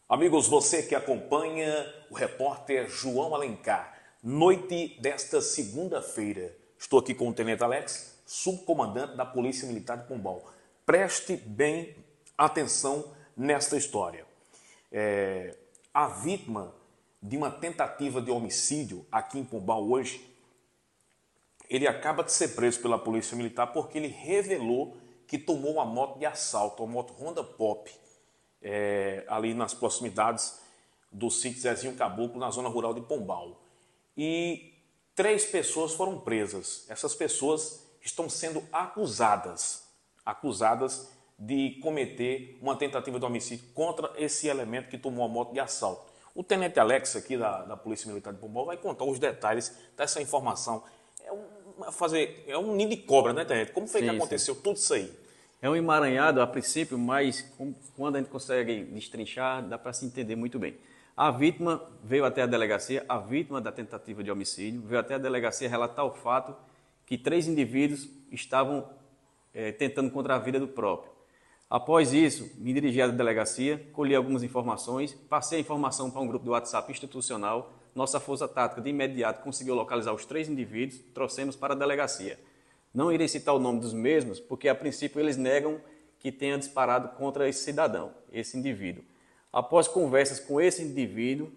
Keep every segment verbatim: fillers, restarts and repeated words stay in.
Amigos, você que acompanha o repórter João Alencar, noite desta segunda-feira, estou aqui com o Tenente Alex, subcomandante da Polícia Militar de Pombal. Preste bem atenção nesta história. É, a vítima de uma tentativa de homicídio aqui em Pombal hoje, ele acaba de ser preso pela Polícia Militar porque ele revelou que tomou uma moto de assalto, uma moto Honda Pop, É, ali nas proximidades do sítio Zezinho Caboclo, na zona rural de Pombal. E três pessoas foram presas. Essas pessoas estão sendo acusadas, acusadas de cometer uma tentativa de homicídio contra esse elemento que tomou a moto de assalto. O Tenente Alex, aqui da, da Polícia Militar de Pombal, vai contar os detalhes dessa informação. É um, fazer, é um ninho de cobra, né, Tenente? Como foi sim, que aconteceu sim. tudo isso aí? É um emaranhado a princípio, mas quando a gente consegue destrinchar, dá para se entender muito bem. A vítima veio até a delegacia, a vítima da tentativa de homicídio, veio até a delegacia relatar o fato que três indivíduos estavam é, tentando contra a vida do próprio. Após isso, me dirigi à delegacia, colhi algumas informações, passei a informação para um grupo do WhatsApp institucional. Nossa força tática de imediato conseguiu localizar os três indivíduos, trouxemos para a delegacia. Não irei citar o nome dos mesmos, porque a princípio eles negam que tenha disparado contra esse cidadão, esse indivíduo. Após conversas com esse indivíduo,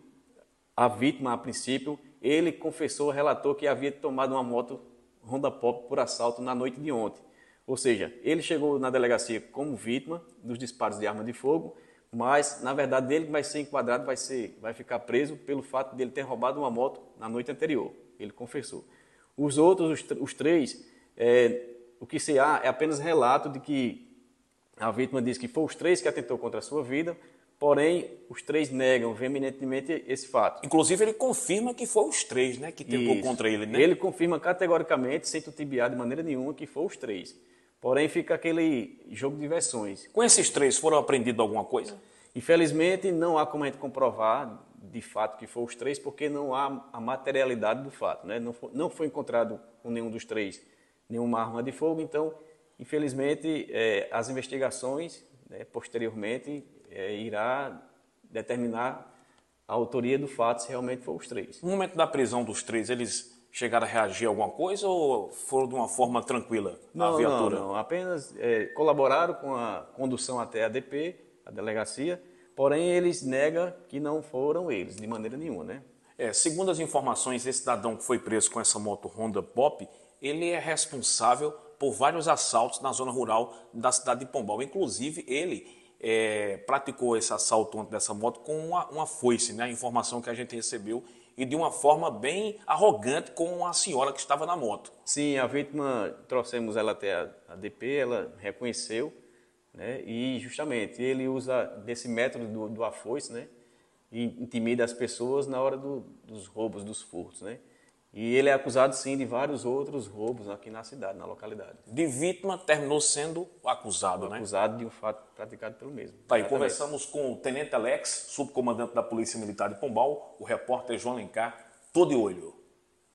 a vítima, a princípio, ele confessou, relatou que havia tomado uma moto Honda Pop por assalto na noite de ontem. Ou seja, ele chegou na delegacia como vítima dos disparos de arma de fogo, mas, na verdade, ele vai ser enquadrado, vai, ser, vai ficar preso pelo fato de ele ter roubado uma moto na noite anterior. Ele confessou. Os outros, os, os três... É, o que se há é apenas relato de que a vítima diz que foi os três que atentou contra a sua vida, porém os três negam veementemente esse fato. Inclusive ele confirma que foi os três, né, que tentou Isso. contra ele, né? Ele confirma categoricamente, sem titubear de maneira nenhuma, que foi os três. Porém fica aquele jogo de versões. Com esses três foram apreendidos alguma coisa? Infelizmente não há como a gente comprovar de fato que foi os três, porque não há a materialidade do fato, né? Não foi, não foi encontrado com nenhum dos três nenhuma arma de fogo, então, infelizmente, é, as investigações, né, posteriormente, é, irá determinar a autoria do fato se realmente for os três. No momento da prisão dos três, eles chegaram a reagir a alguma coisa ou foram de uma forma tranquila não, a viatura? Não, não, apenas é, colaboraram com a condução até a D P, a delegacia, porém eles negam que não foram eles, de maneira nenhuma, né? É, segundo as informações, esse cidadão que foi preso com essa moto Honda Pop, ele é responsável por vários assaltos na zona rural da cidade de Pombal. Inclusive, ele é, praticou esse assalto antes dessa moto com uma, uma foice, né? A informação que a gente recebeu, e de uma forma bem arrogante com a senhora que estava na moto. Sim, a vítima, trouxemos ela até a, a D P, ela reconheceu, né? E justamente ele usa desse método do, do afoice, né? E intimida as pessoas na hora do, dos roubos, dos furtos, né? E ele é acusado, sim, de vários outros roubos aqui na cidade, na localidade. De vítima, terminou sendo acusado, né? Acusado de um fato praticado pelo mesmo. Tá aí, conversamos com o Tenente Alex, subcomandante da Polícia Militar de Pombal, o repórter João Alencar, tô de olho.